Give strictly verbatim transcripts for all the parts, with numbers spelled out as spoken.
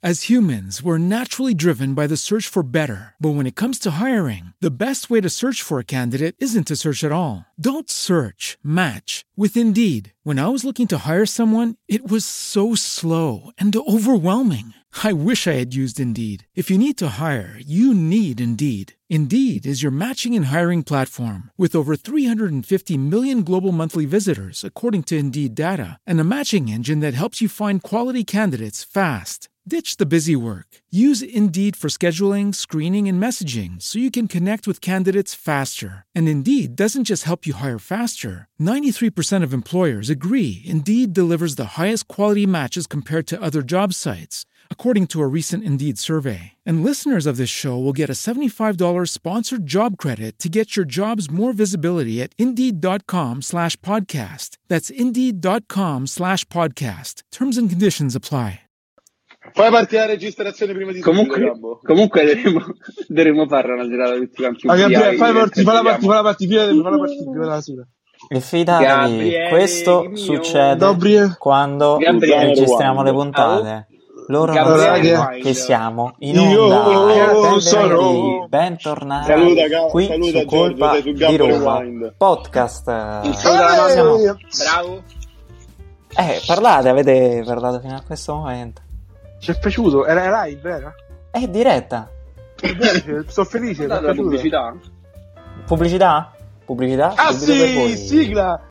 As humans, we're naturally driven by the search for better. But when it comes to hiring, the best way to search for a candidate isn't to search at all. Don't search, match with Indeed. When I was looking to hire someone, it was so slow and overwhelming. I wish I had used Indeed. If you need to hire, you need Indeed. Indeed is your matching and hiring platform with over three hundred fifty million global monthly visitors, according to Indeed data, and a matching engine that helps you find quality candidates fast. Ditch the busy work. Use Indeed for scheduling, screening, and messaging so you can connect with candidates faster. And Indeed doesn't just help you hire faster. ninety-three percent of employers agree Indeed delivers the highest quality matches compared to other job sites, according to a recent Indeed survey. And listeners of this show will get a seventy-five dollars sponsored job credit to get your jobs more visibility at Indeed.com slash podcast. That's Indeed.com slash podcast. Terms and conditions apply. Fai partire la registrazione prima di comunque, tutto, comunque dovremmo, dovremmo farla una girata tutti i campi. Ah, Gabriele, fai parti, fa la parti, fa la parti, fa la parti, fa la sera. E fidatevi, questo mio. succede Gabriele. quando Gabriele. registriamo le puntate. Loro non Gabriele. sanno che siamo in Io onda. sono- Bentornati Saluta, Ga- qui saluta, su Colpa Giorgio, sei su di Gabriele Roma Rewind. Podcast. Saluta, Siamo- Eh, Bravo. Eh, parlate, avete parlato fino a questo momento. Ci è piaciuto? Era live, era? È diretta. Sono felice, mi è La piaciuto. pubblicità. Pubblicità? Pubblicità? Ah Subito per sì, voi. sigla!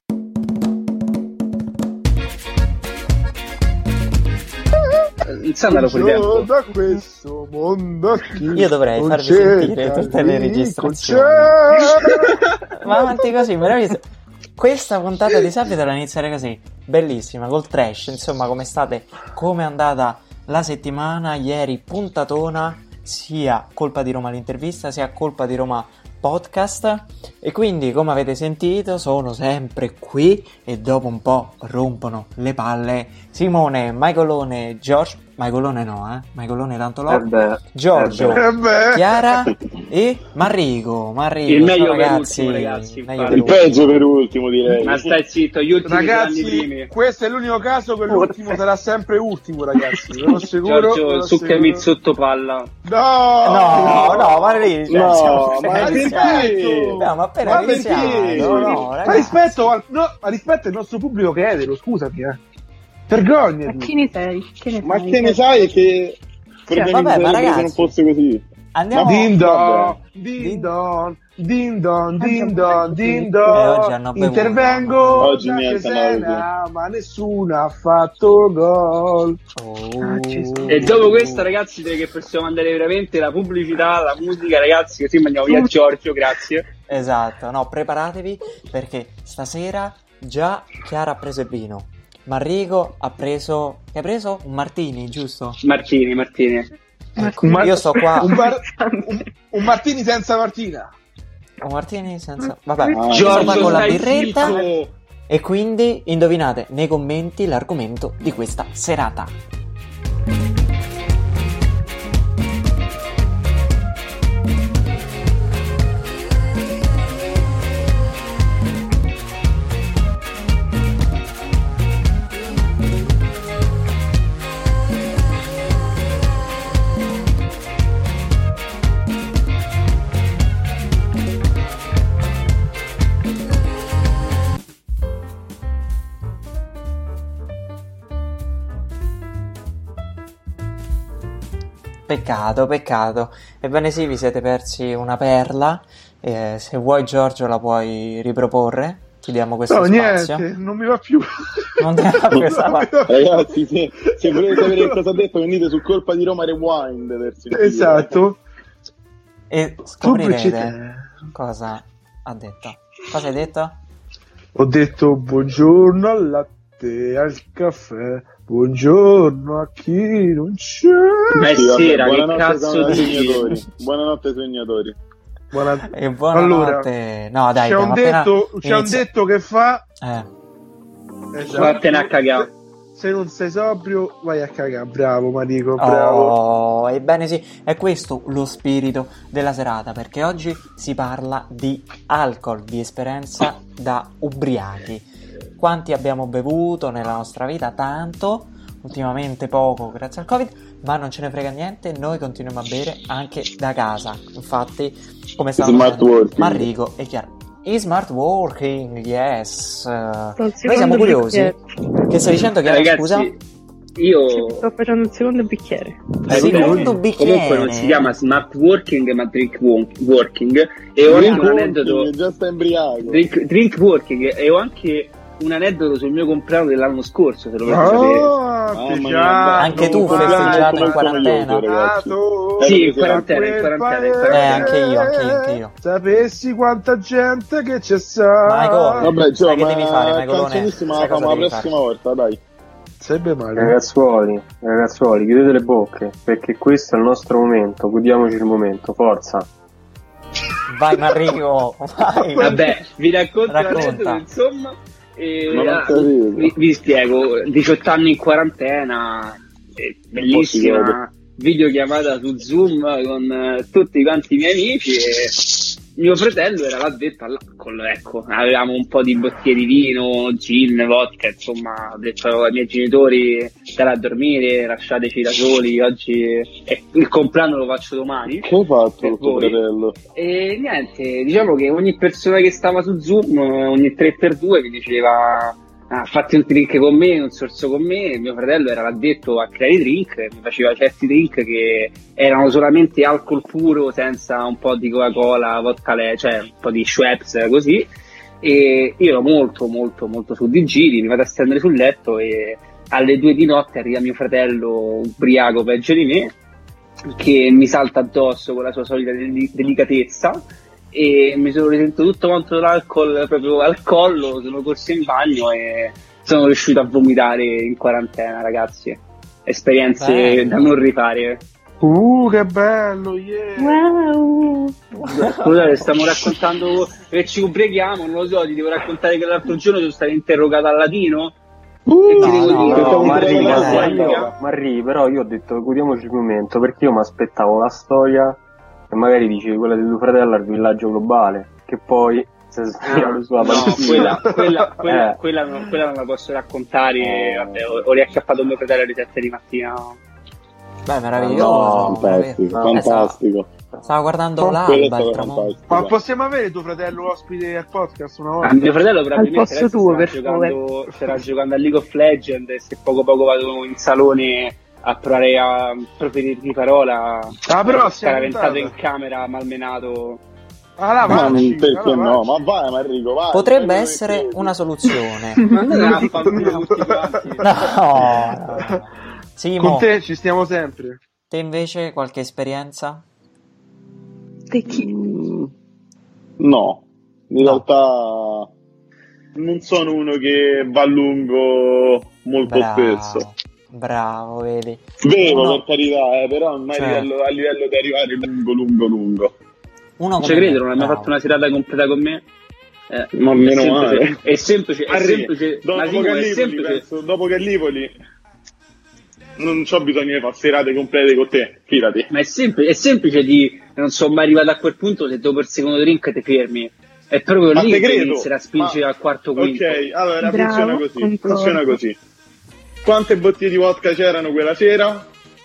Iniziamolo fuori tempo. Da questo mondo qui Io dovrei non farvi cerca sentire tutte le di registrazioni. concerto. Ma avanti così, meraviglioso. Questa puntata di sabato deve iniziare così, bellissima, col trash. Insomma, come state? Come è andata la settimana? Ieri puntatona, sia Colpa di Roma l'intervista, sia Colpa di Roma podcast. E quindi, come avete sentito, sono sempre qui e dopo un po' rompono le palle Simone, Maicolone, George. Maicolone no, eh? Maicolone tanto lo. Eh beh, Giorgio, Eh beh. Chiara e Marrigo. Marrigo, Il meglio ciao, per ragazzi. ultimo, ragazzi, Meglio infatti. per Il peggio per ultimo, direi. Ma stai zitto, gli ultimi saranno i Ragazzi, primi. questo è l'unico caso che l'ultimo sarà sempre ultimo, ragazzi. Ve lo assicuro. ve Giorgio, lo succhiami il assicuro. sottopalla. No! No, no, Marrigo. cioè, No, siamo ma appena perché? iniziati. Abbiamo appena Ma iniziato. perché? No, no, ma ragazzi. rispetto al, no, ma rispetto al nostro pubblico che è etero, scusami, eh. Vergognati. Ma chi ne sei? Che ne Ma sai? che ne sai che Cioè, vabbè, ma ragazzi, se non fosse così? Andiamo. Din don, Vabbè. din don, din don, din Oggi hanno don, din bevuto. Eh, oggi hanno don. bevuto. Intervengo Oggi da niente, Cesena, ma nessuno ha fatto gol. Oh. Ah, ci sono. E dopo questo, ragazzi, direi che possiamo mandare veramente la pubblicità, la musica, ragazzi, così mandiamo via Giorgio, grazie. Esatto, no, preparatevi perché stasera già Chiara ha preso il vino. Marrigo ha preso. Che hai preso? Un martini, giusto? Martini, Martini. Ecco, Un mar- io sto qua. Un, bar- un, un Martini senza Martina. Un martini senza. Vabbè, Ah. io sto qua Giorgio, con la stai birretta. zitto. E quindi indovinate nei commenti l'argomento di questa serata. Peccato, peccato. Ebbene sì, vi siete persi una perla. Eh, se vuoi, Giorgio, la puoi riproporre. Ti diamo questo No, spazio. niente, non mi va più. Non ti va più questa Non mi parte. va più. Ragazzi, se, se volete sapere che cosa ha detto, venite su Colpa di Roma Rewind. per sentire. Esatto. E Tu scoprirete Brigitte. cosa ha detto. Cosa hai detto? Ho detto buongiorno al latte, al caffè, buongiorno a chi non c'è. Beh, Sì, vabbè, sera, che buonanotte, cazzo sognatori. dici? Buonanotte, sognatori. Buona... E buonanotte. no, dai, c'è un abbiamo appena detto, c'è un inizia- detto che fa Eh, esatto, Vattene a cagare. se non sei sobrio vai a cagare. Bravo Marico, bravo. Oh, ebbene sì, è questo lo spirito della serata, perché oggi si parla di alcol, di esperienza da ubriachi. Quanti abbiamo bevuto nella nostra vita? Tanto, ultimamente poco grazie al Covid, ma non ce ne frega niente, noi continuiamo a bere anche da casa. Infatti, come stavamo Smart dicendo working. Marrico è chiaro. I smart working, yes. Sto al Noi siamo secondo curiosi. bicchiere. Che stai dicendo, che Ragazzi, scusa? io Sto facendo il secondo bicchiere. Eh, secondo comunque bicchiere. non si chiama smart working ma drink wo- working e ho Drink anche un aneddoto working, già sta embriaco. drink, drink working e ho anche un aneddoto sul mio compleanno dell'anno scorso, se lo volete sapere. Oh, Mamma mia, Anche tu non festeggiato in come quarantena? io, ragazzi. Sì, in Eh, quarantena, in quarantena, in Eh, quarantena. anche io, anche io, anche io. Sapessi quanta gente che c'è sta. Michael, Vabbè, sai Gio, che ma devi fare, Michaelone? canzonissima Sai la cosa facciamo la devi prossima fare? volta, dai. Sarebbe male. Ragazzuoli, ragazzuoli, chiudete le bocche, perché questo è il nostro momento, godiamoci il momento, forza. Vai Marrico, vai. Vabbè, vi racconto Racconta. l'aneddoto, insomma. E, Non ho ah, capito. vi, vi spiego, diciotto anni in quarantena, eh, bellissima videochiamata su Zoom con eh, tutti quanti i miei amici e mio fratello era l'addetto all'alcol, ecco, avevamo un po' di bottiglie di vino, gin, vodka, insomma, ho detto ai miei genitori stare a dormire, lasciateci da soli, oggi eh, il compleanno lo faccio domani. Che hai fatto Per con tuo voi. fratello? E niente, diciamo che ogni persona che stava su Zoom, eh, ogni tre per due mi diceva ah, fatti un drink con me, un sorso con me. Mio fratello era l'addetto a creare i drink, mi faceva certi drink che erano solamente alcol puro, senza un po' di Coca-Cola, vodka, le- cioè un po' di Schweppes, così. E io ero molto molto molto su di giri, mi vado a stendere sul letto e alle due di notte arriva mio fratello ubriaco peggio di me, che mi salta addosso con la sua solita deli- delicatezza e mi sono risentito tutto quanto l'alcol proprio al collo, sono corso in bagno e sono riuscito a vomitare in quarantena, ragazzi. Esperienze Bello. da non rifare. Uh, che bello, yeah. Wow. Scusate, stiamo raccontando che ci ubriachiamo, non lo so, ti devo raccontare che l'altro giorno sono stato interrogato al latino. E ti no, devo no, dire, no, no, Marri, Marri, però, dai. io, Marri, però io ho detto godiamoci il momento, perché io mi aspettavo la storia e magari dicevi quella di tuo fratello al villaggio globale, che poi si è svegliato sulla no, panchina. quella, quella, quella, Eh. quella non, quella non la posso raccontare. Eh. Vabbè, ho, ho riacchiappato mio fratello alle sette di mattina. Beh, meraviglioso. Fantastico, no, fantastico. Stavo guardando Oh, Quello è l'alba, il stato tramonto. fantastico. Ma possiamo avere tuo fratello ospite al podcast una volta? Ah, mio fratello probabilmente posto adesso tuo, starà per giocando, starà giocando a League of Legends e se poco poco vado in salone a provare a proferire di parola, Ah, però sarà siamo avventato puntata. in camera malmenato. Ah, la Ma facci, non- perché ah, la no? facci. Ma vai, Marrico, vai. Potrebbe Vai, essere perché- una soluzione. Ma andate a fanculo tutti quanti. No, no, no. Simo, Con te ci stiamo sempre. te invece qualche esperienza? Te chi? Mm, No, in No. realtà non sono uno che va a lungo molto Bravo, spesso. bravo, vedi. Bevo Uno- per carità, eh, però non Cioè. a, livello, a livello di arrivare lungo, lungo, lungo. Uno Non come ci credo, me, non hai mai bravo. fatto una serata completa con me? Eh, Ma è meno semplice, male. è semplice, è Arri, semplice, ma dopo Simo, è Gallipoli, semplice. penso, dopo Gallipoli non c'ho bisogno di fare serate complete con te, fidati. Ma è semplice, è semplice di non sono mai arrivato a quel punto se dopo il secondo drink ti fermi. È proprio Ma lì te che credo, inizierà a spingere ma- al quarto quinto. Ok, allora Bravo, funziona così, concordo. funziona così. Quante bottiglie di vodka c'erano quella sera?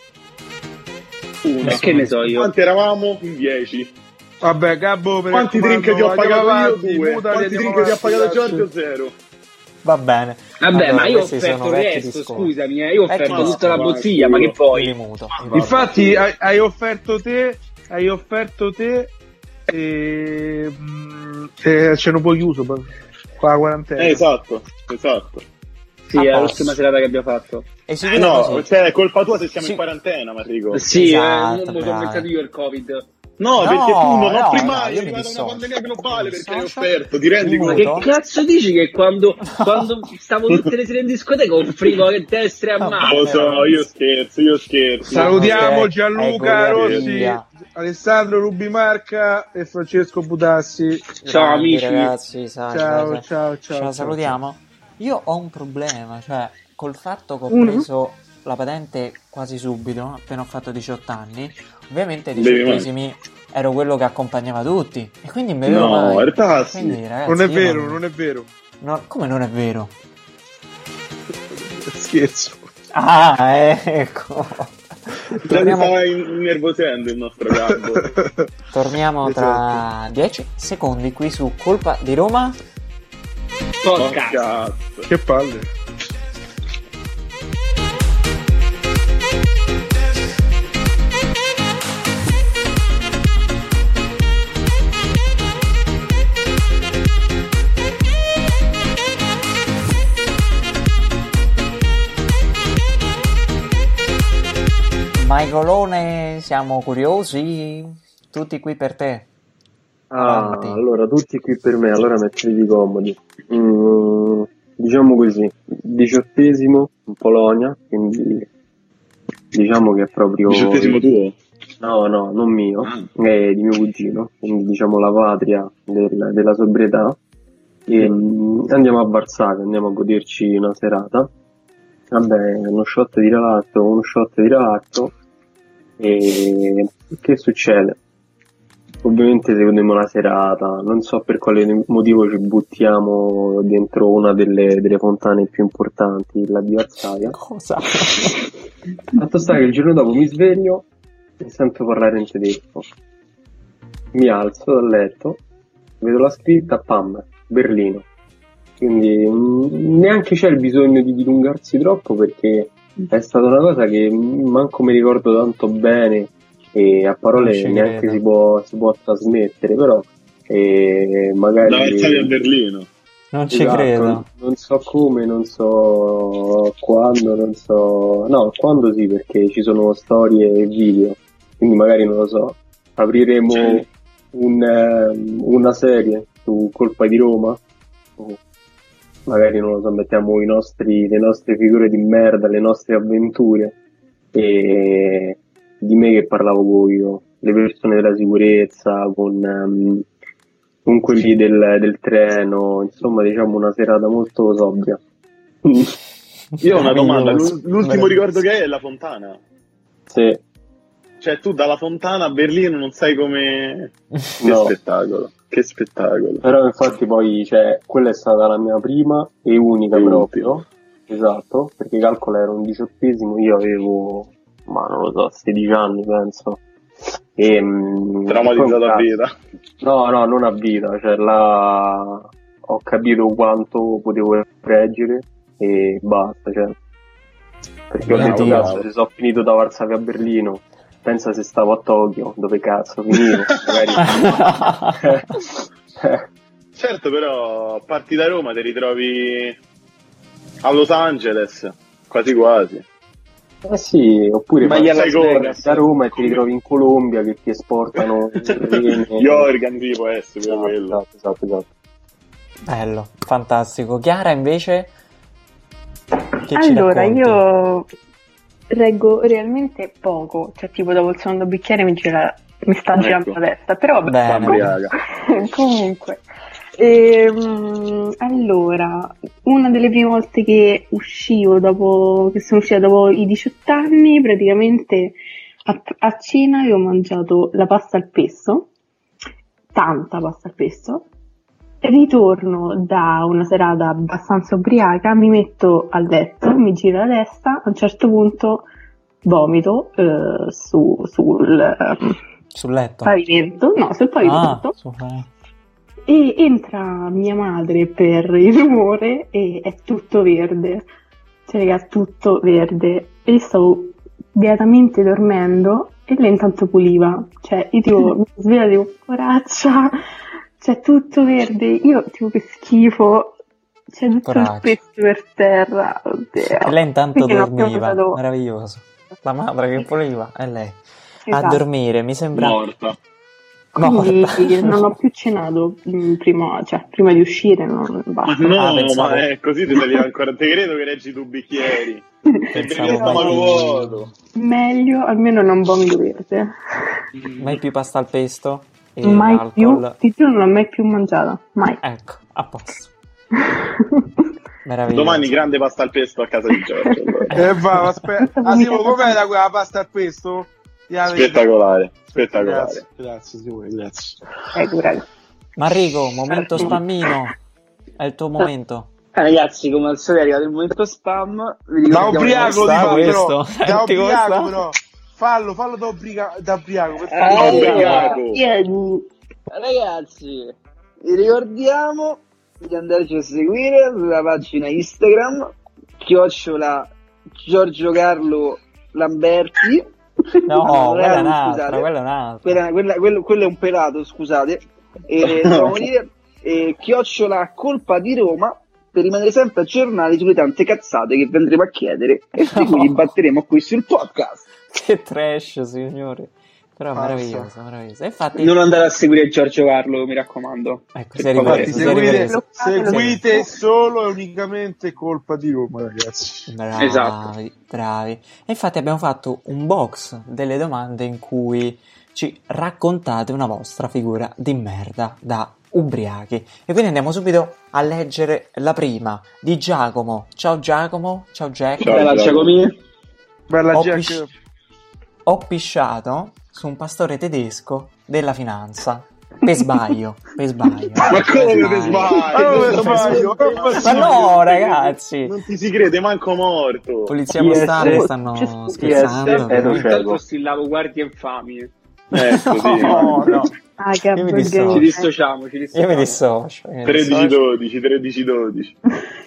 Una. E che ne so io? Quanti eravamo? In dieci. Vabbè, Gabbo, per Quanti raccomando, drink ti ho andiamo pagato avanti, io? Due. mutali, Quanti andiamo drink ti ha pagato avanti, Giorgio? grazie. Zero. Va bene. Vabbè, Allora, ma io ho questi offerto sono il vecchi resto, discorsi. scusami, eh, io ho Vecchi offerto discorsi. tutta la Ma bottiglia, ma che scusa. Li poi? muto. Infatti hai, hai offerto te, hai offerto te e mm, e c'è un po' chiuso per- qua la quarantena. Eh, esatto, esatto. Sì, A è posto. l'ultima serata che abbiamo fatto. E si Eh chiude no, così. cioè è colpa tua se siamo Sì. in quarantena, Marrico. Sì, Esatto, eh, non mi sono bravi. pensato io il Covid. No, No, perché tu non no, offri no, mai, io è mi arrivata una dissocio. pandemia globale Mi perché hai dissocio. offerto, ti rendi Mi conto? Ma che muto. cazzo dici che quando, quando stavo tutte le sere in discoteca offrivo a destra e a No, mano? Lo so, io scherzo, io scherzo. Salutiamo Ok, Gianluca ecco, Rossi, India. Alessandro Rubimarca e Francesco Butassi. Ciao, Grandi, amici. ragazzi, sai, Ciao, sai, ciao, ciao, Ce la ciao. salutiamo. Io ho un problema, cioè col fatto che ho Uno? preso la patente quasi subito, appena ho fatto diciotto anni, ovviamente ai Bevi diciottesimi ero quello che accompagnava tutti e quindi mi bevevo No, mai. ragazzi, Quindi, ragazzi, Non è io vero, non è vero. no, come non è vero? Scherzo. Ah, ecco. Torniamo... stava innervosendo il nostro capo. Torniamo tra dieci secondi qui su Colpa di Roma Podcast. Che palle. Michaelone, siamo curiosi, tutti qui per te. Ah, Avanti. allora, tutti qui per me, allora mettetevi comodi. Mm, diciamo così, diciottesimo in Polonia, quindi diciamo che è proprio... Diciottesimo tuo? No, no, non mio, Ah. è di mio cugino, quindi diciamo la patria del- della sobrietà. E, mm, andiamo a Varsavia, andiamo a goderci una serata. Vabbè, uno shot di relato, uno shot di relato. E che succede? Ovviamente seguiamo la serata, non so per quale motivo ci buttiamo dentro una delle, delle fontane più importanti, la di Varsavia. Cosa? Fatto sta che il giorno dopo mi sveglio e sento parlare in tedesco. Mi alzo dal letto, vedo la scritta, pam, Berlino. Quindi mm, neanche c'è il bisogno di dilungarsi troppo, perché è stata una cosa che manco mi ricordo tanto bene e a Non parole ci neanche credo. si può, si può trasmettere, però eh, Da magari... Varsavia a Berlino. Non ci Esatto, credo. non so come, non so quando, non so... No, quando sì, perché ci sono storie e video, quindi magari non lo so, apriremo Sì. un, ehm, una serie su Colpa di Roma, o magari non lo so, mettiamo i nostri, le nostre figure di merda, le nostre avventure, e di me che parlavo con io, le persone della sicurezza, con... ehm, con quelli del, del treno, insomma, diciamo una serata molto sobria. Io ho una domanda, Meraviglioso. l'ul- l'ultimo ricordo che hai è la fontana. Sì, Cioè tu dalla fontana a Berlino non sai come... Che no. spettacolo, che spettacolo. Però infatti poi, cioè, quella è stata la mia prima e unica E proprio, esatto, perché calcola era un diciottesimo, io avevo, ma non lo so, sedici anni penso. E, mm, Traumatizzato poi un a cazzo. vita. No, no, non a vita, cioè là ho capito quanto potevo reggere e basta, cioè. Perché ho Mio detto, Dio. cazzo, se sono finito da Varsavia a Berlino, pensa se stavo a Tokyo, dove cazzo finivo, magari... Certo, però parti da Roma, ti ritrovi a Los Angeles, quasi quasi. Eh sì, oppure Vai vai a Las Vegas. da Roma e ti ritrovi in Colombia che ti esportano rene. Gli organi tipo essere Esatto, quello. esatto, esatto, esatto. Bello, fantastico. Chiara invece? Che ci Allora, racconti? io reggo realmente poco, cioè tipo dopo il secondo bicchiere mi gira, mi sta Ecco. girando la testa, però vabbè, Bene. Ubriaca. comunque. Ehm, allora, una delle prime volte che uscivo dopo, che sono uscita dopo i diciotto anni, praticamente a, a cena avevo mangiato la pasta al pesto, tanta pasta al pesto. Ritorno da una serata abbastanza ubriaca, mi metto a letto, mi gira la testa, a un certo punto vomito eh, su, sul eh, Sul letto? pavimento, no, sul Ah, pavimento, su- eh. e entra mia madre per il rumore e è tutto verde, cioè raga, tutto verde, e io stavo beatamente dormendo e lei intanto puliva, cioè io tipo mi sveglia e dico poraccia, c'è tutto verde, io tipo che schifo, c'è tutto Poraccia. il pesto per terra, oddio. E lei intanto Quindi non abbiamo dormiva, usato- meraviglioso. La madre che puliva e lei. A Esatto. dormire, mi sembra... Morta. Quindi morta. non ho più cenato mm, prima, cioè, prima di uscire, non Ma basta. no, Ah, pensavo- ma è così ti saliva ancora. Te credo che reggi due bicchieri. Sei bevi Pensavo a stomaco mai- vuoto. Meglio, almeno non vomito verde. Mai più pasta al pesto e Mai più, alcol. ti giuro, non l'ho mai più mangiata, mai. Ecco, a posto. Meraviglioso. Domani grande pasta al pesto a casa di Giorgio. allora. E va, aspetta. Ah, Simo, com'era quella pasta al pesto? Ya, Spettacolare, spettacolare. Grazie, grazie, Simone, grazie. Ecco, raga. Marico, momento spammino. È il tuo momento. Eh, ragazzi, come al solito è arrivato il momento spam. Vi Da ricordiamo ubriaco che di sta fa, questo? però. Da Senti come ubriaco sta? però. fallo, fallo da, ubriga- da ubriaco. Per Ah, favore. ubriaco. Vieni. Ragazzi, vi ricordiamo di andarci a seguire sulla pagina Instagram chiocciola Giorgio Carlo Lamberti. No, Non quella era è lui, un'altra, scusate. quella è un'altra. Quella- quella- quello, quello è un pelato, scusate. E dovevamo dire eh, chiocciola colpa di Roma per rimanere sempre aggiornati sulle tante cazzate che vendremo a chiedere e di cui dibatteremo qui sul podcast. Che trash, signori. Però Pazza. meraviglioso, meraviglioso. E infatti, Non andare a seguire Giorgio Carlo, mi raccomando. ecco, Per si è favore. Infatti, ripreso, si è seguite, ripreso. seguite solo e unicamente colpa di Roma, ragazzi. Bravi, Esatto. bravi. E infatti abbiamo fatto un box delle domande in cui ci raccontate una vostra figura di merda da ubriachi. E quindi andiamo subito a leggere la prima di Giacomo. Ciao Giacomo, ciao Jack. Ciao. Bella Giacomini. Bella Ho, Jack. pis- ho pisciato su un pastore tedesco della finanza. Per sbaglio, per sbaglio. Ma come per Ah, come sbaglio? sbaglio? Ma no, ragazzi. Non ti si crede manco morto. Polizia Chi è postale se- stanno chi è scherzando. se- ovviamente. Cieco. Intanto stillavo guardie infami. Ecco, sì. No, no. Ah, che Io mi abborgheria. dissocio. Ci dissociamo, ci dissociamo. Io mi dissocio. io mi tredici dissocio. dodici, tredici dodici.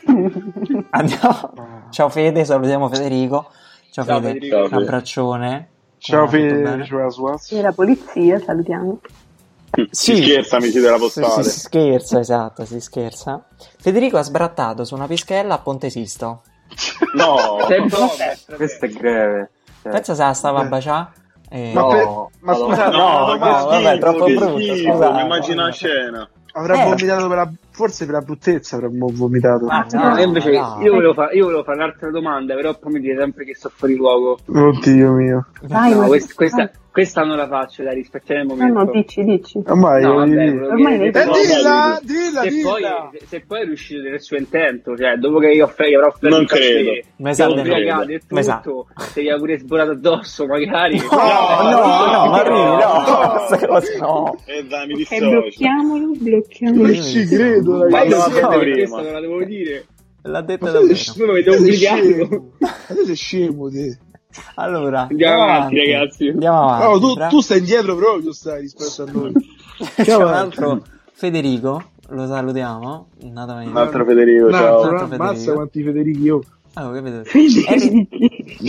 Andiamo. Ciao Fede, salutiamo Federico. Ciao, Ciao, Fede, Federico. Ciao, un Fede. abbraccione. Ciao Ah, tutto Fede, bene? ciao Swaz. E la polizia, salutiamo. Si scherza, amici della postale. Si, si scherza, esatto, si scherza. Federico ha sbrattato su una pischella a Ponte Sisto. No, Sempre Questo è greve. Cioè, Pensa se la stava a baciare. E... Ma, No, per- ma no, scusa, no, no, no, ma vabbè, troppo che brutto, schifo, scusa. mi immagino la scena. avrà Eh. vomitato per la, forse per la bruttezza avremmo vomitato. Ah, No, no, io invece no. io volevo, fa- io volevo fare un'altra domanda, però poi mi dite sempre che sto fuori luogo. Oddio mio. Vai, No, ma- quest- questa, questa non la faccio, dai, rispettiamo il No, momento. no, dici, dici. Ormai, No, vabbè, eh, quello Ormai che- vedi. eh, no, dilla, no, dilla, se poi, dilla. se- se poi è riuscito nel suo intento, cioè dopo che io ho gli avrò offerto Non il caffè, credo. Mi ti sa ho di no. ubriacato e Mi sa. tutto, se gli ha pure sborato addosso magari. No, no, no, ma arrivi, no, no. queste cose no. E dai, mi E dissocio. blocchiamolo, blocchiamolo. Non ci credo, Ma ragazzi. io no, non no, no, prima. questa non la devo dire. L'ha detto Ma davvero. sei Tu mi avete sei obbligato. scemo. Ma tu sei scemo, te. Allora, Andiamo avanti, ragazzi. Andiamo avanti. No, tu, Bra- tu stai indietro proprio, stai rispetto a noi. C'è un avanti. altro Federico, lo salutiamo. Nato Un altro Federico, No, ciao. però Federico. ammazza quanti Federichi io. Ah, che vedete? Federici.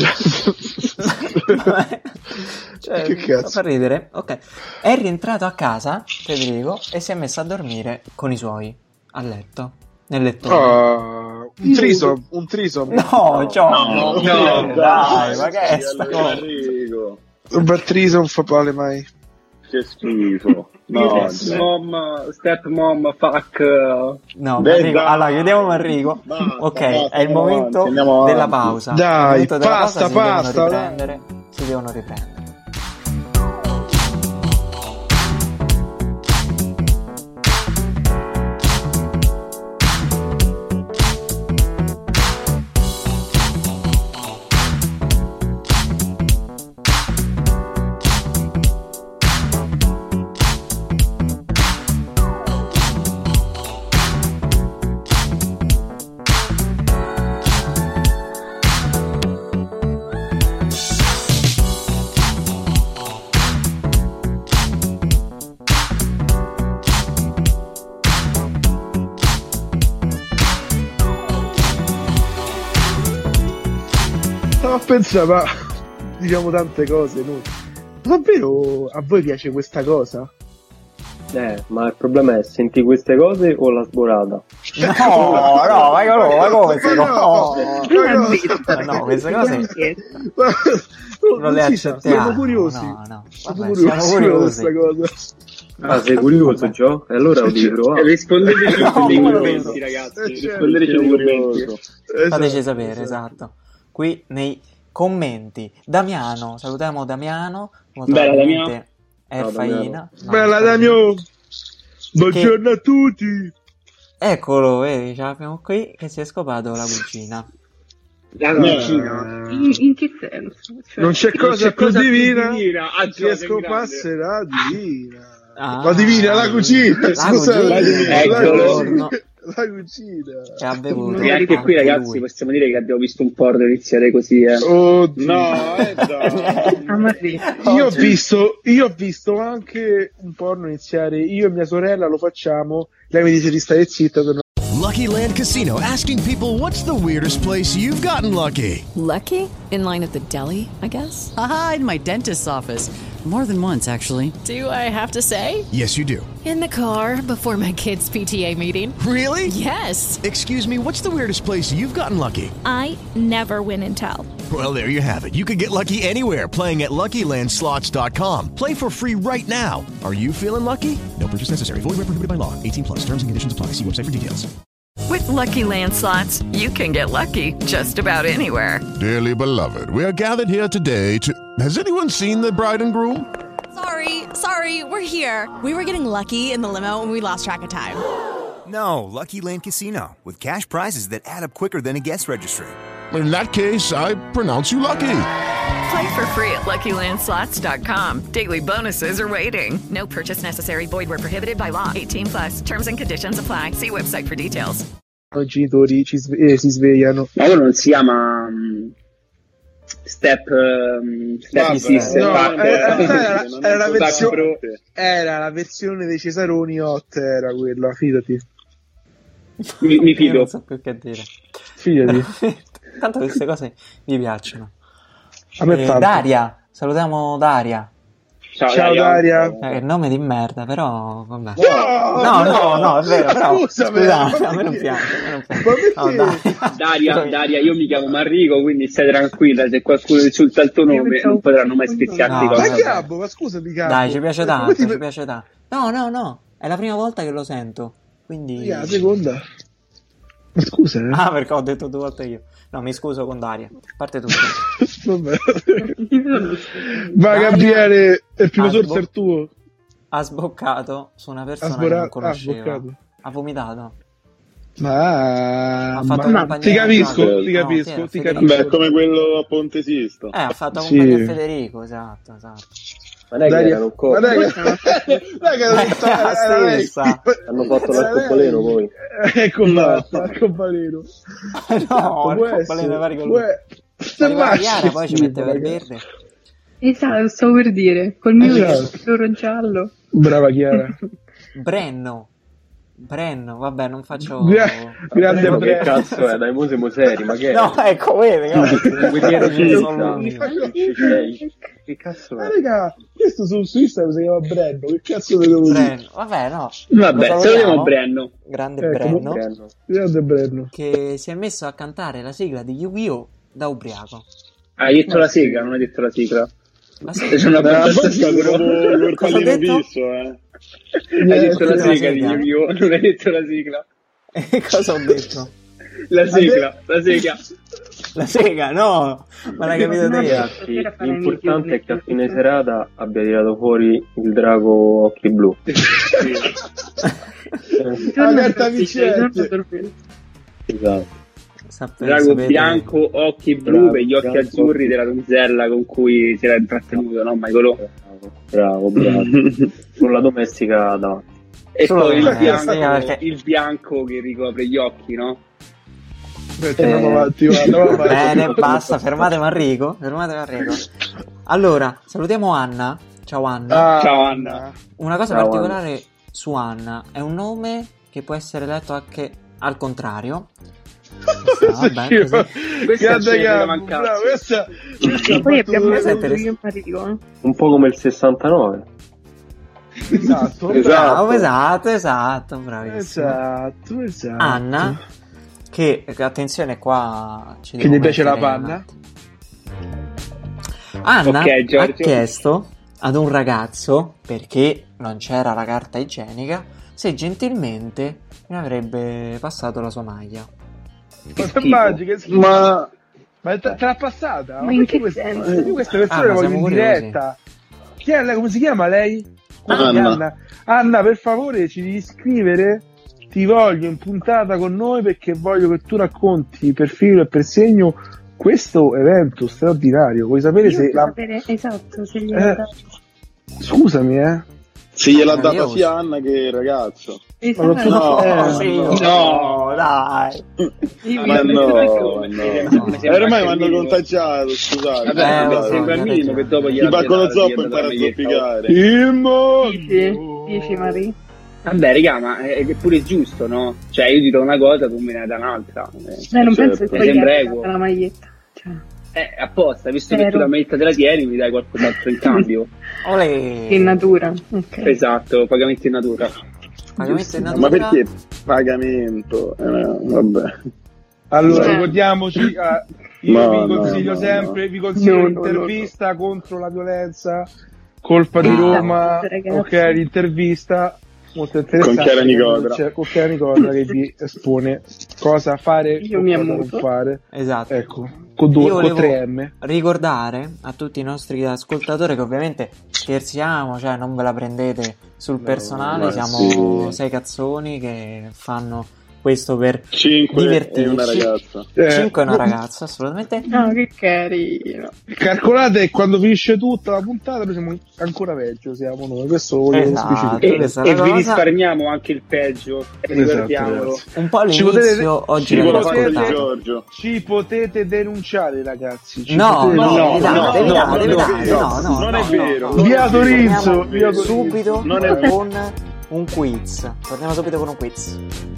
Cioè, Che cazzo? fa ridere. Ok. È rientrato a casa Federico e si è messo a dormire con i suoi a letto. Nel lettone. Ah, un trisom, un trisom. No, ciao. No, no, no, dai, ma che è sì, sta allora, cosa? Enrico. Un bel trisom fa male mai. Che schifo. No, Step mom, step mom, fuck. No, Beh, Enrico, dai. allora chiudiamo Enrico. Basta, Ok, basta, è il andiamo momento avanti, andiamo della avanti. pausa. Dai, Il momento della basta, pausa, basta, Si devono dai. riprendere. Si devono riprendere. Stavo a pensare, ma diciamo tante cose noi. Ma davvero a voi piace questa cosa? Eh, ma il problema è senti queste cose o la sborata? No, no, ma come, ma come se no? no, Ma no, queste cose Ma- non le si sa, accettiamo. Siamo curiosi. No, no, Siamo vabbè, curiosi siamo di curiosi. questa cosa. Ah, sei curioso, Gio? E allora lo devi E provare. rispondeteci No, nei ma lo commenti, vedo. ragazzi. Eh, certo. Rispondeteci nei commenti. Esatto, Fateci sapere, esatto. esatto. Qui nei commenti. Damiano, salutiamo Damiano. molto Bella, probabilmente È Ciao, Faina. No, Bella aspetta. Damio. Buongiorno a tutti. Eccolo, vedi, ce l'abbiamo qui che si è scopato la cucina. La No. cucina. In, in che senso? Cioè, Non c'è cosa c'è più cosa più divina divina. Ah, che Gio, sei scopasse la divina. Ah. La divina, la cucina. La Scusate. cucina. Eccolo. Buongiorno. la cucina. Che ha bevuto. E anche qui, ragazzi, lui. possiamo dire che abbiamo visto un porno iniziare così, eh. Oddio. No, eh, dai. Io ho visto, io ho visto anche un porno iniziare. Io e mia sorella lo facciamo. Lei mi dice di stare zitta. Per... Lucky Land Casino, asking people, what's the weirdest place you've gotten lucky? Lucky? In line at the deli, I guess? Aha, in my dentist's office. More than once, actually. Do I have to say? Yes, you do. In the car before my kids' P T A meeting. Really? Yes. Excuse me, what's the weirdest place you've gotten lucky? I never win and tell. Well, there you have it. You can get lucky anywhere, playing at Lucky Land Slots dot com. Play for free right now. Are you feeling lucky? No purchase necessary. Void where prohibited by law. eighteen plus. Terms and conditions apply. See website for details. With Lucky Land Slots, you can get lucky just about anywhere. Dearly beloved, we are gathered here today to... Has anyone seen the bride and groom? Sorry, sorry, we're here. We were getting lucky in the limo and we lost track of time. No, Lucky Land Casino, with cash prizes that add up quicker than a guest registry. In that case, I pronounce you lucky. Play for free at Lucky Land Slots dot com. Daily bonuses are waiting. No purchase necessary. Void where prohibited by law. eighteen plus. Terms and conditions apply. See website for details. I genitori ci sve- eh, si svegliano. Ma quello non si chiama um, Step um, Step Sister. No, Partner. era, era, Non era, la è versione, Step era la versione dei Cesaroni hot, era quella, fidati. Mi, mi fido. Io non so più che dire. Fidati. Tanto queste cose mi piacciono. A me Eh, tanto. Daria, salutiamo Daria. Ciao, Ciao Daria. Eh, che nome di merda, però vabbè. No, No, no, no, è vero, però Scusa, scusa, però, a me non perché? piace, a me non piace. Ma perché? No, dai. Daria, Daria, io mi chiamo Manrico, quindi stai tranquilla, se qualcuno insulta il tuo nome non potranno mai spiziarti No, cosa. Ma vabbè. Gabbo, ma scusami Gabbo. Dai, ci piace Come tanto, ti- ci piace tanto. No, no, no, è la prima volta che lo sento, quindi... La seconda. Ma scusa, eh. Ah, perché ho detto due volte io. No, mi scuso con Daria. A parte tutto. Vabbè. Ma Daria Gabriele, è il primo ha sorso sbo- il tuo. Ha sboccato su una persona Ha che non sbora- conosceva. ha sboccato. Ha vomitato. Ma, Ha fatto ma... compagnia ti capisco, a- ti no, capisco, chi era? ti Federico. capisco. Beh, come quello a Ponte Sisto. Eh, ha fatto Sì. compagnia a Federico, esatto, esatto. Ma dai, che Daria- erano ma coppie. dai, che- dai che non sta- La era lei. stessa. Hanno fatto Era l'arcobaleno lei. poi. Ecco fatto, l'arcobaleno. No, Può il compagno vari con lui. può- Arriva la Immagini, Chiara, poi ci schifo, metteva il ragazzi. verde. Esatto, stavo per dire, col mio Esatto. floro giallo. Brava Chiara. Brenno. Brenno, vabbè, non faccio... Gra- grande Brenno, che Brenno. cazzo è? Dai, mo siamo seri, ma che è? No, ecco, vedi, Non vuoi dire ci sono finta? l'unico. Ci sei? Che cazzo Ma è? raga, questo su, su Instagram si chiama Brenno, che cazzo ne devo dire? Brenno, vabbè, no. Vabbè, Lo salutiamo Brenno. Grande Ecco, Brenno, Brenno. Grande Brenno. che si è messo a cantare la sigla di Yu-Gi-Oh! Da ubriaco. Hai detto la sigla, non hai detto la sigla. La sigla? C'è una Beh, bella è stato proprio il Cosa ho pallino detto? fisso, eh. Hai detto la la sigla di sigla. Yu-Gi-Oh! Non hai detto la sigla. E cosa ho detto? La sigla, la sigla. La sega, no! Ma l'hai capito te? Ragazzi, l'importante è che a fine serata abbia tirato fuori il drago occhi blu. La carta vincente. Esatto. Sapete, Drago sapete- bianco, occhi blu Bravo, per gli occhi bianco, azzurri occhi- della donzella con cui si era intrattenuto, no Michael? Bravo, bravo. Con la domestica davanti. E Solo poi il la bianco, domestica, perché- il bianco che ricopre gli occhi, no? Aspetta, andiamo avanti, va, andiamo avanti. Bene, basta, fermate Manrico. Fermate Manrico. Allora, salutiamo Anna. Ciao Anna. Ah, Ciao Anna. Una cosa Ciao, particolare su Anna è un nome che può essere letto anche al contrario. Questa, vabbè, Schifo. così. Questa Grande ce ne Gabbo, manca. bravo, questa, questa Poi abbiamo battuta- Questa è avuto io e interessante. Marico. Un po' come il sessantanove. Esatto, Bravo, esatto, esatto, bravissimo. esatto, esatto. Anna, che attenzione qua ci Che devo gli piace la mettere un panna? attimo. Anna Ok, Giorgio. ha chiesto ad un ragazzo, perché non c'era la carta igienica, se gentilmente mi avrebbe passato la sua maglia. Ma te immagini che schifo. Ma Ma te, te l'ha passata? Ma in che questa, senso? io questa persona Ah, la ma voglio siamo in curiosi. diretta. Chi è lei? Come si chiama lei? Come si Anna. chiama? Anna, per favore, ci devi scrivere. Ti voglio in puntata con noi perché voglio che tu racconti per filo e per segno questo evento straordinario. Vuoi sapere Io se voglio la... sapere, esatto, se gli Eh. ha dato. Scusami, eh. se gliel'ha data Meraviglioso. sia Anna che il ragazzo. Mi Ma sembra no, che- sì, no. no, dai. Io Ma mi- no, no. no. Ormai mi hanno contagiato, scusate. Vabbè, Eh, mi lo so, sembra il hai minimo che dopo Chi gliela va con lo pedala, zoppo gli impara a andrà zoppicare. Il mondo. Dici? Dici, Maria? Vabbè, raga, ma è, è pure giusto, no? Cioè, io ti do una cosa, tu me ne dai un'altra. Eh, Beh, non certo. penso che Mi poi gli sembra abbia equo. dato la maglietta. Cioè, Eh, apposta, visto che Vero. tu la maglietta te la tieni, mi dai qualcos'altro in cambio. Olè. in natura. Ok. Esatto, pagamento in natura. Pagamento in Ma natura. perché pagamento? Eh, no, vabbè. Allora, Eh. ricordiamoci, ah, io No, vi no, consiglio no, sempre, no. vi consiglio No, no, l'intervista contro la violenza, colpa di Ah, Roma, ragazzi. ok, l'intervista molto interessante Con Chiara Nicodra. c'è- con Chiara Nicodra che vi espone cosa fare Io o mi cosa non ammuto. fare, Esatto. ecco, con, due, Io con volevo tre M. ricordare a tutti i nostri ascoltatori che ovviamente scherziamo, cioè non ve la prendete sul personale, ma siamo sì. sei cazzoni che fanno questo per Cinque divertirci. e una ragazza. Eh, Cinque è una ragazza, assolutamente. No, che carino. Calcolate che quando finisce tutta la puntata noi siamo ancora peggio, siamo noi, questo lo voglio Esatto. specificare. E, questa è e la vi cosa. risparmiamo anche il peggio, Esatto, ricordiamolo. ragazzi. Un po' Ci all'inizio, potete- oggi Ci l'avete vuole fare di ascoltato. Giorgio. Ci potete denunciare, ragazzi. Ci No, potete no, denunciare. devi dare, no, devi no, dare, non devi è dare, vero. no, no, Non no, è no, vero. no. Via Torinzo, Torniamo via Torinzo. subito Non è vero. con un quiz. Torniamo subito con un quiz.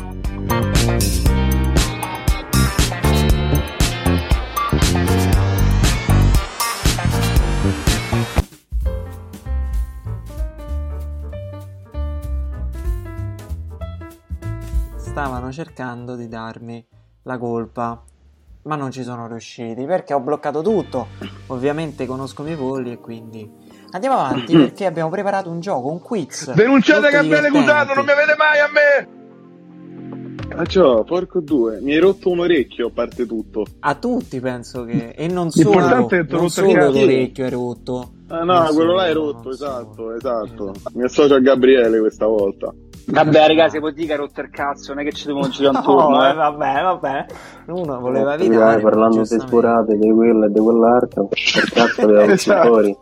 Stavano cercando di darmi la colpa, ma non ci sono riusciti perché ho bloccato tutto. Ovviamente conosco i miei polli e quindi andiamo avanti perché abbiamo preparato un gioco, un quiz. Denunciate molto Gabriele divertente. Cutato, non mi avete mai a me! Ah, ciò, porco due, mi hai rotto un orecchio, a parte tutto. A tutti penso che e non solo, L'importante è che non rotto solo il cazzo. l'orecchio è rotto. Ah no, Non quello là è solo, rotto, non esatto, solo. esatto. Mi associo a Gabriele questa volta. Vabbè, ragazzi, puoi dire che ha rotto il cazzo, non è che ci dobbiamo girare intorno, No, eh, eh. vabbè, vabbè. Uno voleva Dai, evitare. parlando di giustamente. sforate di quella e di quell'altra, per cazzo le ho Esatto. fuori.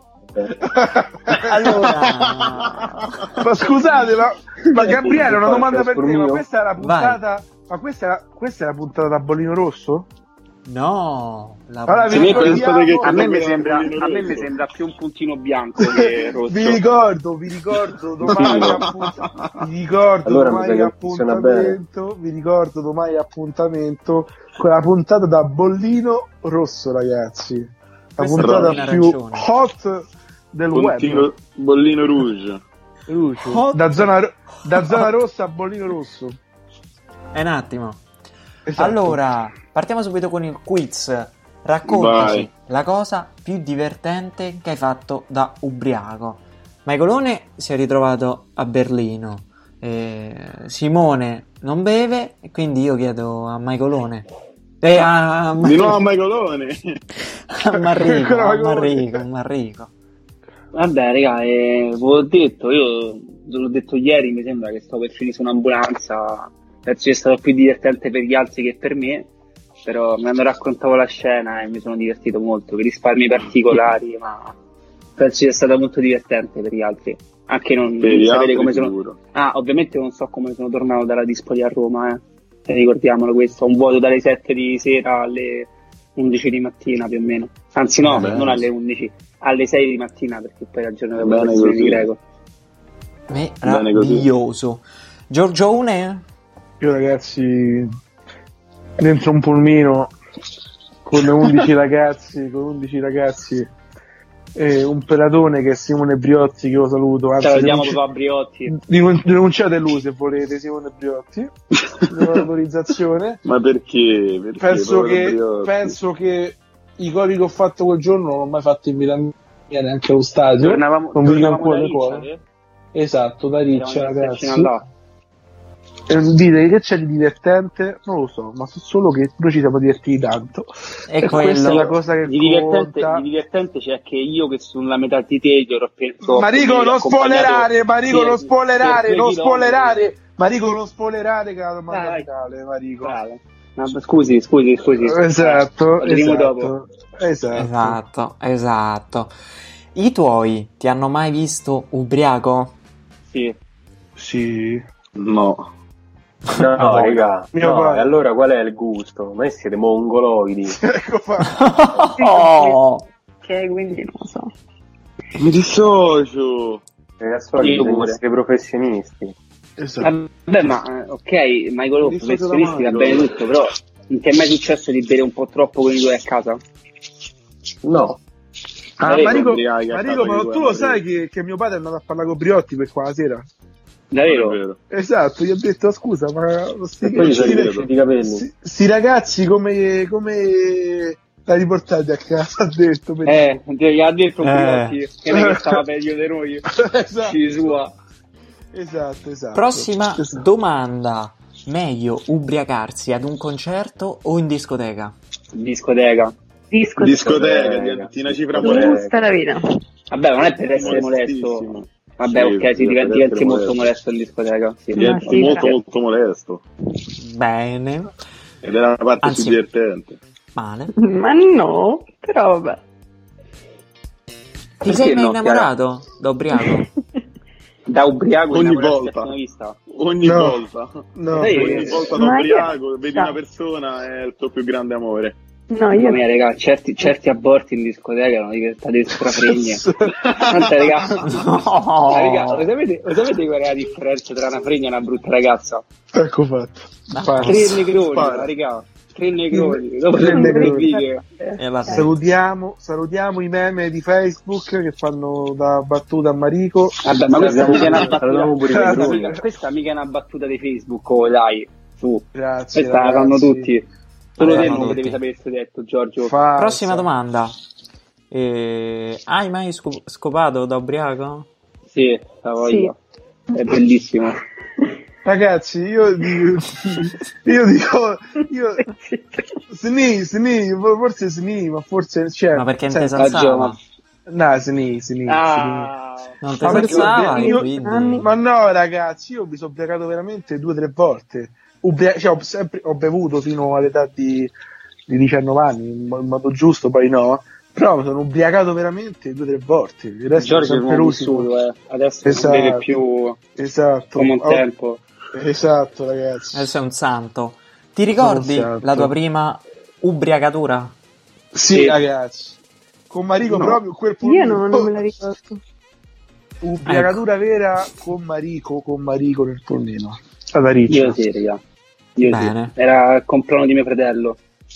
Allora, Ma scusate, ma, ma Gabriele, una Faccio domanda per te, ma mio. questa è la puntata. Ma questa è la, questa è la puntata da Bollino Rosso? no, la Allora, vi Se mi ricordiamo- pensate che A me, mi quello sembra, Bollino a me Rosso. mi sembra più un puntino bianco che rosso. Vi ricordo, vi ricordo domani appuntamento. Vi ricordo Allora, mi sa domani che funziona appuntamento. Vi ricordo domani appuntamento con la puntata da Bollino Rosso, ragazzi. La Questa è puntata Bollino più arancione. hot del Bollino, web. bollino rouge. Luce. Hot. Da zona, ro- da zona rossa a Bollino Rosso. è un attimo. Esatto. Allora, partiamo subito con il quiz. Raccontaci Vai. la cosa più divertente che hai fatto da ubriaco. Maicolone si è ritrovato a Berlino. Eh, Simone non beve, e quindi io chiedo a Maicolone. Eh, a, a, Di nuovo a Maicolone. a Marrico, Ancora a Maicolone. Marrico, a Marrico. Vabbè, raga, eh, ve l'ho detto, io ve l'ho detto ieri, mi sembra che sto per finire su un'ambulanza. Penso sia stato più divertente per gli altri che per me, però mi hanno raccontato la scena e mi sono divertito molto, per risparmi particolari, ma penso sia stato molto divertente per gli altri. Anche non, Per non gli sapere altri come sono. sicuro. Ah, ovviamente non so come sono tornato dalla Dispoli a Roma, eh. E ricordiamolo questo, un vuoto dalle sette di sera alle undici di mattina più o meno. Anzi no, Bene. non alle undici, alle sei di mattina perché poi era il giorno della Bene votazione così. di greco. Bene così. Meraviglioso. Giorgione? Io ragazzi, dentro un pulmino con undici ragazzi, con undici ragazzi e un pelatone che è Simone Briotti, che io saluto. Anzi, Ciao, vediamo denunci- proprio a Briotti. denun- denunciate lui se volete, Simone Briotti. Do l'autorizzazione. Ma perché? Perché Penso povero che, Briotti? penso che i gol che ho fatto quel giorno non l'ho mai fatto in vita mia, neanche allo stadio. Tornavamo, non mi viene tornavamo ancora da il cuore. Riccia, eh? Esatto, da Riccia, Eravamo in ragazzi. stazione là. E dite che c'è di divertente? Non lo so, ma so solo che noi ci siamo divertiti tanto. E E questa è quello. la cosa che Di divertente, conta. di divertente c'è che io che sono la metà di te gli ho appena Marico, non spoilerare, Marico, non spoilerare, non spoilerare. Marico, non spoilerare che è la domanda Dai. finale, Marico. No, scusi, scusi, scusi. Esatto, Lo diremo esatto, dopo. esatto. Esatto, esatto. I tuoi ti hanno mai visto ubriaco? Sì. Sì. No. No, no, raga, Mio no, padre. e allora qual è il gusto? Ma siete mongoloidi. Ecco fatto. Oh! Ok, quindi non lo so. Mi dissocio. Ragazzi, oggi Io bisogna pure. essere professionisti. Esatto. Vabbè, ma eh, ok, Michael Off, Mi dissocio da professionisti va Michael. bene tutto, però non ti è mai successo di bere un po' troppo con i tuoi a casa? No. Ah, Davvero? Marico, ubriachi a Marico, casa ma di tu tua lo madre. sai che, che mio padre è andato a parlare con Briotti per qua la sera? Davvero? È vero. Esatto, gli ho detto scusa, ma sti, E poi gli sono sti- cresciuti i capelli. sti- sti ragazzi come, come la riportate a casa? Ha detto per- Eh, gli ha detto Eh. Briotti che non è che stava peggio di noi. esatto, Ci sua. esatto, esatto. Prossima Esatto. domanda. Meglio ubriacarsi ad un concerto o in discoteca? Discoteca. Disco Discoteca, diventi una cifra giusta molesta. la vita. Vabbè, non è per essere molesto. Molestissimo. Vabbè, Sì, ok, si sì, diventi, per diventi essere molto molesto. molesto in discoteca. Sì. Diventi Ma sì, molto sì. molto molesto. Bene. Ed è la parte Anzi- più divertente. Male. Ma no, però vabbè. Ti Perché sei mai no, innamorato da ubriaco? Da ubriaco Ogni innamorarsi volta. a prima vista. Ogni No. volta. No, Sì. Ogni volta da Ma io- ubriaco, vedi no. una persona, è il tuo più grande amore. No, Mamma io mia, raga, certi, certi aborti in discoteca erano diventate strafregne. Tanta, raga. No. Ah, raga, lo sapete, lo sapete qual è la differenza tra una fregna e una brutta ragazza? ecco fatto. Spara. Tre negroni, Spara. raga. Tre negroni. Dopo Tre tre negroni. righe. E la Salutiamo, salutiamo i meme di Facebook che fanno da battuta a Marico. Vabbè, ma questa Salutiamo mica è una pure- salutiamo pure i battuta. negroni. Questa, questa mica è una battuta di Facebook, oh, dai. Su. Grazie. Questa la fanno ragazzi. tutti. Solo La te fanno non tutti. devi sapersi detto, Giorgio. Falsa. Prossima domanda. Eh, hai mai sco- scopato da ubriaco? Sì, la voglio. È bellissimo. Ragazzi, io dico, io dico, io, sni, sni, forse sni, ma forse c'è. Ma perché non cioè, te salzava? No, sni, sni, Ah, Non te Ma perché salzava io- e quindi... Ma no, ragazzi, io mi sono ubriacato veramente due o tre volte. Ubria- cioè, ho, sempre, ho bevuto fino all'età di, di diciannove anni, in mo- in modo giusto, poi no. Però mi sono ubriacato veramente due o tre volte. Il resto Giorgio è sempre un lucido. vissuto, eh. Adesso Esatto. non beve più Esatto. come un Ho- tempo. Esatto, ragazzi. Adesso è un santo. Ti ricordi Sono un santo. la tua prima ubriacatura? Sì, Sì. ragazzi. Con Marico No. proprio quel io no, non me la ricordo. Ubriacatura vera con Marico, con Marico nel polmino. Ad Ariccia. Io sì, raga. Io Bene. sì. Era il compleanno di mio fratello.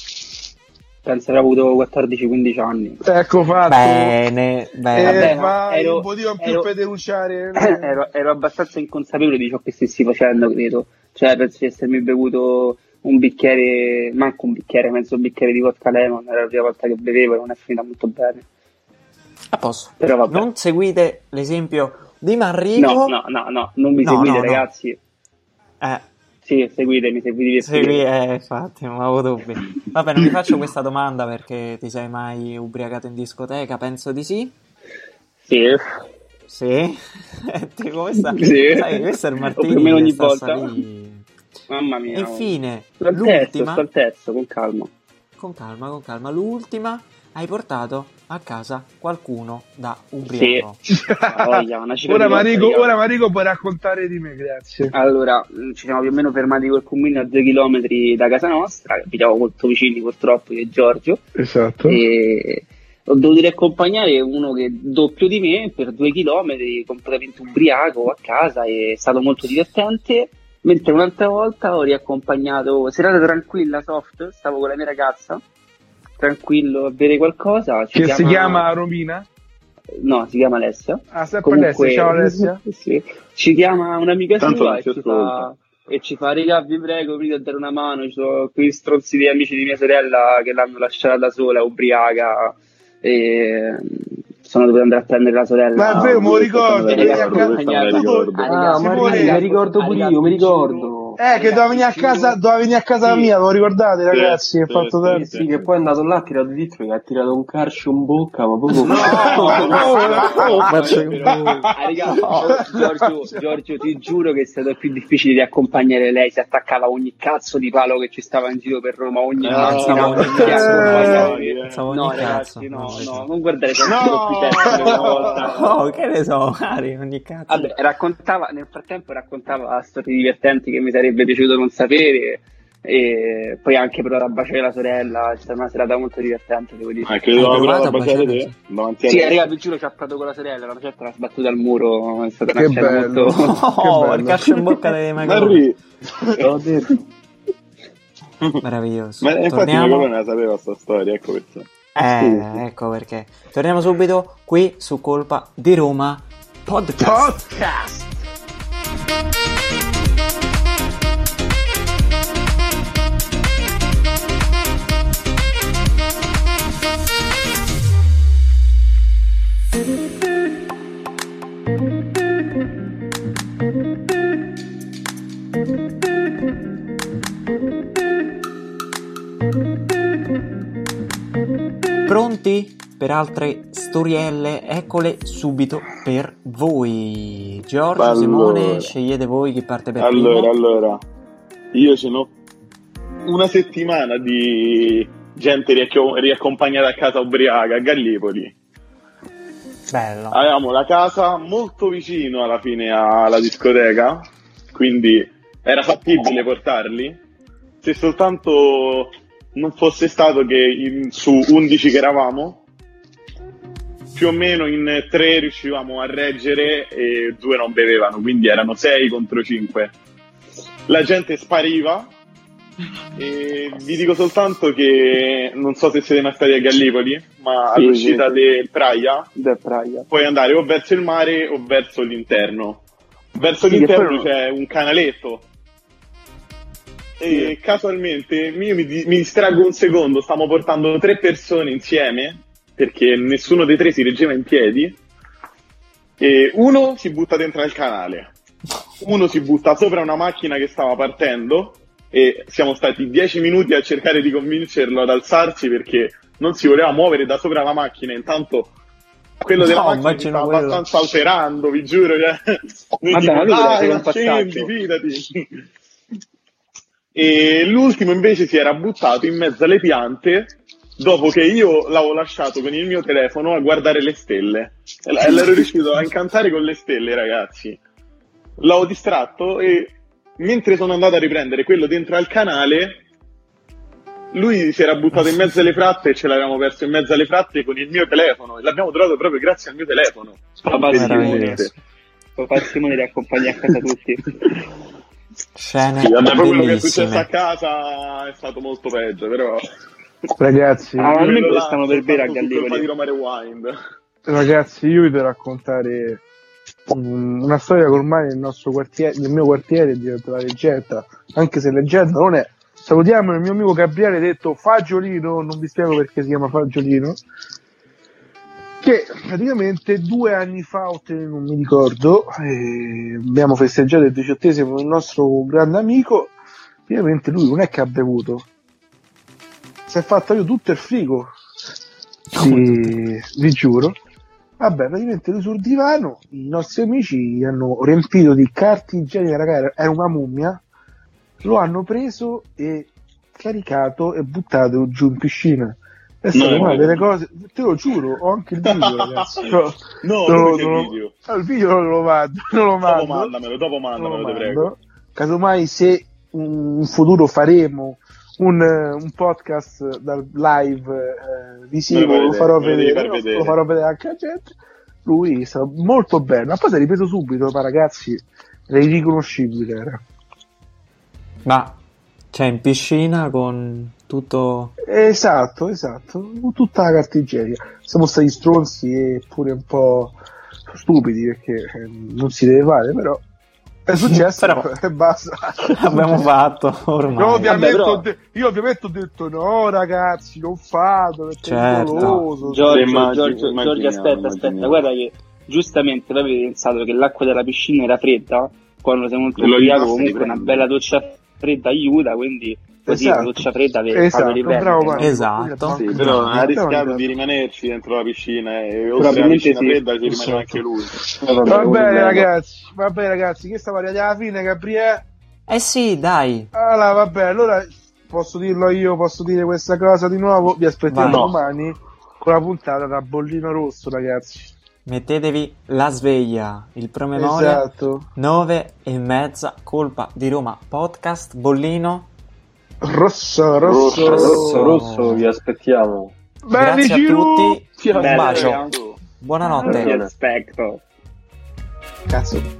Penso avrà avuto quattordici quindici anni. Ecco fatto. Bene, Eh, bene. vabbè, no, vai, ero- un motivo in più ero- per denunciare. ero, ero abbastanza inconsapevole di ciò che stessi facendo, credo. Cioè, penso di essermi bevuto un bicchiere, manco un bicchiere, mezzo bicchiere di vodka lemon. Era la prima volta che bevevo e non è finita molto bene. A posto. Però vabbè. Non seguite l'esempio di Manrico. No, no, no, no, non mi No, seguite, no, no. ragazzi. Eh, Sì, seguitemi, seguitemi. segui, eh, infatti, non avevo dubbi. Vabbè, non mi faccio questa domanda perché ti sei mai ubriacato in discoteca? Penso di sì. Sì. Sì? Te come sta? Sì. Sai, questo è il O Martini più o meno che ogni sta volta. salì. Mamma mia. E infine, Sto al terzo, l'ultima, sto al terzo, con calma. con calma, con calma, l'ultima, hai portato a casa qualcuno da ubriaco. Ah, voglia, una cifra Ora di Marico, volta, ora Marico puoi raccontare di me, grazie. Allora, mh, ci siamo più o meno fermati col pulmino a due chilometri da casa nostra, che abitiamo molto vicini purtroppo io e Giorgio, Esatto. e ho dovuto riaccompagnare uno che è doppio di me per due chilometri, completamente ubriaco a casa, e è stato molto divertente, mentre un'altra volta ho riaccompagnato, serata tranquilla, soft, stavo con la mia ragazza, tranquillo a bere qualcosa. Ci Che si chiama Romina? No, si chiama Alessia. Ah, sempre Alessia. Ciao Alessia. Sì. Ci chiama un'amica Tanto sua non e si ci, fa, e ci fa, raga, vi prego, venite a dare una mano, ci sono quei stronzi di amici di mia sorella che l'hanno lasciata da sola, ubriaca, e sono dovuto andare a prendere la sorella. Ma è vero, me lo ricordo, E vedi raga, a casa- accompagnata- ricordo. Ah, raga, Ah, ma Simone, mi ricordo pure io, mi ricordo. Eh, che doveva venire a casa, doveva venire a casa Sì. mia, ve lo ricordate, ragazzi? Sì, Che ha fatto sì, tempo. sì, che poi è andato là, ha tirato dietro, che ha tirato un calcio in bocca, ma proprio... Ah, raga, Giorgio, Giorgio, ti giuro che è stato più difficile di accompagnare lei. Si attaccava a ogni cazzo di palo che ci stava in giro per Roma, ogni No, mattina, no, ogni no, cazzo. eh, pensavo No, ogni ragazzi, cazzo. no, no, non guardare no, più tempo una volta. Oh, che ne so, Mari, ogni cazzo. Vabbè, raccontava, nel frattempo raccontava storie divertenti che mi sarebbe piaciuto non sapere. E poi anche provare a baciare la sorella, è stata una serata molto divertente, devo dire. Ah, che doveva provare a baciare te? Davanti a Sì, lei? raga, vi giuro, ci ha parlato con la sorella, una certa l'ha sbattuta al muro, è stata Che una scena bello. molto... Oh, il calcio in bocca dei Macaroni. L'ho detto. Meraviglioso. Ma infatti Torniamo... Macaroni la sapeva sta storia, ecco perché. Eh, ecco perché. Torniamo subito qui su Colpa di Roma Podcast. Podcast. Pronti per altre storielle? Eccole subito per voi. Giorgio, Allora. Simone, scegliete voi chi parte per Allora, primo. allora, io ce n'ho una settimana di gente riacco- riaccompagnata a casa ubriaca a Gallipoli. Bello. Avevamo la casa molto vicino alla fine alla discoteca, quindi era fattibile portarli, se soltanto non fosse stato che in- su undici che eravamo, più o meno in tre riuscivamo a reggere e due non bevevano, quindi erano sei contro cinque. La gente spariva e vi dico soltanto che non so se siete mai stati a Gallipoli, ma Sì, all'uscita sì. del Praia Del Praia. puoi andare o verso il mare o verso l'interno. Verso Sì, che l'interno poi- c'è un canaletto e casualmente io mi, di- mi distraggo un secondo, stiamo portando tre persone insieme perché nessuno dei tre si reggeva in piedi e uno si butta dentro al canale, uno si butta sopra una macchina che stava partendo e siamo stati dieci minuti a cercare di convincerlo ad alzarsi perché non si voleva muovere da sopra la macchina. Intanto quello della No, macchina si immagino stava quello. abbastanza alterando, vi giuro. Cioè, noi Vabbè, tipo, ma lui deve dai, essere un accendi, passaggio." fidati. E l'ultimo invece si era buttato in mezzo alle piante dopo che io l'avevo lasciato con il mio telefono a guardare le stelle e l- e l'ero riuscito a incantare con le stelle, ragazzi. L'avevo distratto e mentre sono andato a riprendere quello dentro al canale, lui si era buttato in mezzo alle fratte e ce l'avevamo perso in mezzo alle fratte con il mio telefono e l'abbiamo trovato proprio grazie al mio telefono. Papà Incredibile. Simone, papà Simone li accompagna a casa tutti. Scene Sì, vabbè, poi quello che è successo bellissime. a casa è stato molto peggio, però Ragazzi, Ah, almeno quello là stanno per bere a soltanto su colpa Gallipoli. di Roma Rewind. ragazzi, io vi devo raccontare um, una storia che ormai nel nostro quartiere, nel mio quartiere è diventata leggenda, anche se leggenda non è. Salutiamo il mio amico Gabriele, detto Fagiolino, non vi spiego perché si chiama Fagiolino, che praticamente due anni fa, o tre, non mi ricordo, eh, abbiamo festeggiato il diciottesimo del nostro grande amico. Ovviamente lui non è che ha bevuto, si è fatto io tutto il frigo, vi, vi giuro. Vabbè, praticamente lui sul divano, i nostri amici gli hanno riempito di carta igienica, ragazzi, era una mummia, lo hanno preso e caricato e buttato giù in piscina. È stata No, una no. delle cose, te lo giuro, ho anche il video, ragazzi. No, No, non lo- dove c'è il non lo- video? ah, il video non lo mando, non lo Dopo mando. mandamelo, dopo Non lo mandamelo, ti mando. prego. Casomai se un in futuro faremo un, eh, un podcast dal live eh, visivo, Me lo lo fai farò vedere, me lo devi vedere, far lo- vedere. lo farò vedere anche a gente. Lui è stato molto bello, ma poi si è ripreso subito, ma ragazzi, è irriconoscibile era. Ma c'è in piscina con tutto. Esatto, esatto, con tutta la carta igienica. Siamo stati stronzi e pure un po' stupidi perché eh, non si deve fare, però è successo Però- e basta. Abbiamo fatto ormai. Io ovviamente, Vabbè, però- ho de- io ovviamente ho detto no ragazzi, non fatelo perché Certo. è pericoloso. Giorgio, Immagino, Giorgio, immaginiamo, Giorgio, aspetta, aspetta, immaginiamo. guarda che giustamente voi avete pensato che l'acqua della piscina era fredda, quando sei molto Te lo ubriaco rimasti di comunque una prendere. bella doccia fredda aiuta, quindi così Esatto. una doccia fredda per Esatto, farlo riprendere. bravo, no? Marco. Esatto. Sì, però non ha rischiato Bravo. di rimanerci dentro la piscina e oltre alla Probabilmente piscina sì. fredda ci Esatto. rimane anche lui. Eh, vabbè, Va uno bene meno. ragazzi, va bene ragazzi, che stiamo arrivando alla fine, Gabriele. Eh sì, dai. Allora, vabbè, allora posso dirlo io, posso dire questa cosa di nuovo. Vi aspettiamo Vai. domani con la puntata da Bollino Rosso, ragazzi. Mettetevi la sveglia, il promemoria, Esatto. nove e mezza, colpa di Roma podcast, Bollino. Rosso, rosso, Rosso, rosso, vi aspettiamo. Belli Grazie a Giroud! tutti, Ti un Bello, bacio, Giroud. buonanotte. Ti aspetto. Cazzo.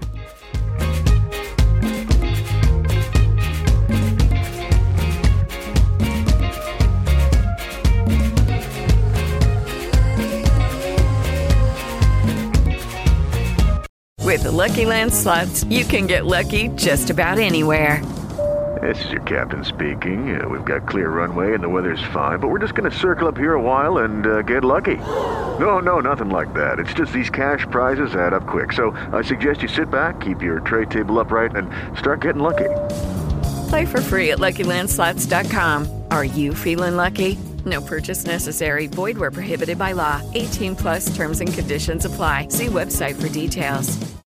With the Lucky Land Slots, you can get lucky just about anywhere. This is your captain speaking. Uh, we've got clear runway and the weather's fine, but we're just going to circle up here a while and uh, get lucky. No, no, nothing like that. It's just these cash prizes add up quick. So I suggest you sit back, keep your tray table upright, and start getting lucky. Play for free at Lucky Land Slots dot com. Are you feeling lucky? No purchase necessary. Void where prohibited by law. eighteen plus terms and conditions apply. See website for details.